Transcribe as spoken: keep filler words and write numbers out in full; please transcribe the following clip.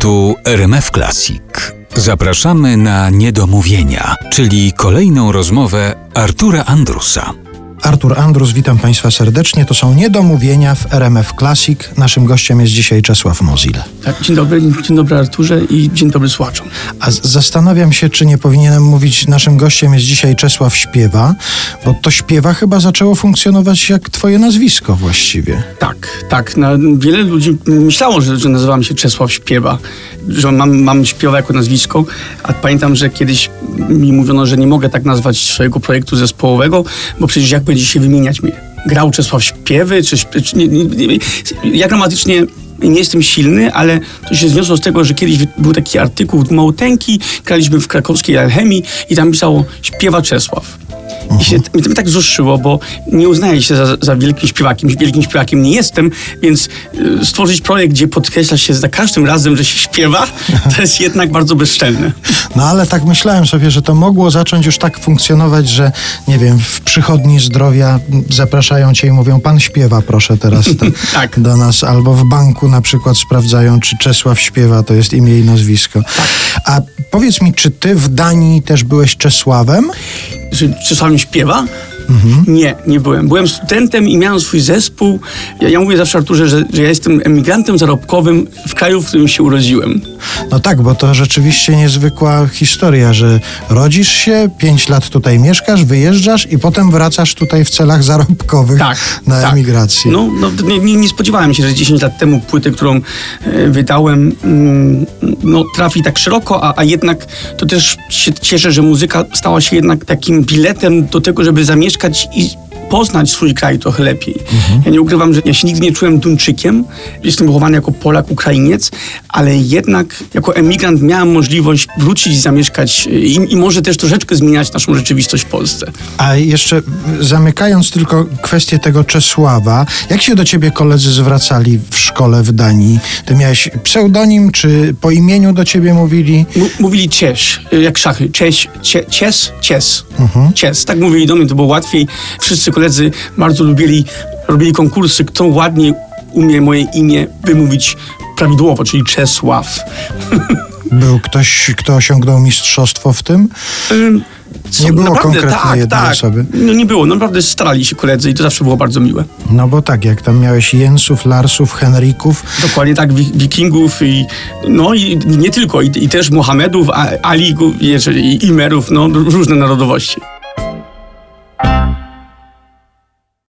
Tu R M F Classic. Zapraszamy na Niedomówienia, czyli kolejną rozmowę Artura Andrusa. Artur Andrus, witam Państwa serdecznie. To są Niedomówienia w R M F Classic. Naszym gościem jest dzisiaj Czesław Mozil. Tak, dzień dobry, dzień dobry Arturze i dzień dobry słuchaczom. A z- zastanawiam się, czy nie powinienem mówić, naszym gościem jest dzisiaj Czesław Śpiewa, bo to Śpiewa chyba zaczęło funkcjonować jak twoje nazwisko właściwie. Tak, tak. Na, wiele ludzi myślało, że, że nazywam się Czesław Śpiewa, że mam, mam Śpiewa jako nazwisko, a pamiętam, że kiedyś mi mówiono, że nie mogę tak nazwać swojego projektu zespołowego, bo przecież jak będzie się wymieniać mnie? Grał Czesław Śpiewy? Czy, czy nie, nie, nie, ja gramatycznie nie jestem silny, ale to się zniosło z tego, że kiedyś był taki artykuł Małtenki, graliśmy w krakowskiej Alchemii i tam pisało Śpiewa Czesław. I się mnie to tak zruszyło, bo nie uznaję się za, za wielkim śpiewakiem. Wielkim śpiewakiem nie jestem, więc y, stworzyć projekt, gdzie podkreśla się za każdym razem, że się śpiewa, to jest jednak bardzo bezczelne. No ale tak myślałem sobie, że to mogło zacząć już tak funkcjonować, że nie wiem, w przychodni zdrowia zapraszają cię i mówią: pan śpiewa, proszę teraz to, Tak. do nas. Albo w banku na przykład sprawdzają, czy Czesław Śpiewa to jest imię i nazwisko. Tak. A powiedz mi, czy ty w Danii też byłeś Czesławem? Czy Czesław śpiewa? Mhm. Nie, nie byłem. Byłem studentem i miałem swój zespół. Ja, ja mówię zawsze, Arturze, że, że ja jestem emigrantem zarobkowym w kraju, w którym się urodziłem. No tak, bo to rzeczywiście niezwykła historia, że rodzisz się, pięć lat tutaj mieszkasz, wyjeżdżasz i potem wracasz tutaj w celach zarobkowych Tak, na tak. emigrację. No, no nie, nie, nie spodziewałem się, że dziesięć lat temu płytę, którą e, wydałem, mm, no, trafi tak szeroko, a, a jednak to też się cieszę, że muzyka stała się jednak takim biletem do tego, żeby zamieszkać i poznać swój kraj trochę lepiej. Mhm. Ja nie ukrywam, że ja się nigdy nie czułem Duńczykiem. Jestem wychowany jako Polak, Ukrainiec, ale jednak jako emigrant miałem możliwość wrócić i zamieszkać i, i może też troszeczkę zmieniać naszą rzeczywistość w Polsce. A jeszcze zamykając tylko kwestię tego Czesława, jak się do ciebie koledzy zwracali w szkole w Danii? Ty miałeś pseudonim, czy po imieniu do ciebie mówili? M- mówili Ciesz, jak szachy. Cześć, cie, Cies, Cies. Mhm. Cies. Tak mówili do mnie, to było łatwiej. Wszyscy koledzy bardzo lubili, robili konkursy, kto ładnie umie moje imię wymówić prawidłowo, czyli Czesław. Był ktoś, kto osiągnął mistrzostwo w tym? Ym, co, Nie było naprawdę, konkretnie tak, jednej tak. osoby? No nie było, naprawdę starali się koledzy i to zawsze było bardzo miłe. No bo tak, jak tam miałeś Jensów, Larsów, Henrików. Dokładnie tak, wi- Wikingów i no i nie tylko, i, i też Mohamedów, a, Alików, i, i Imerów, no różne narodowości.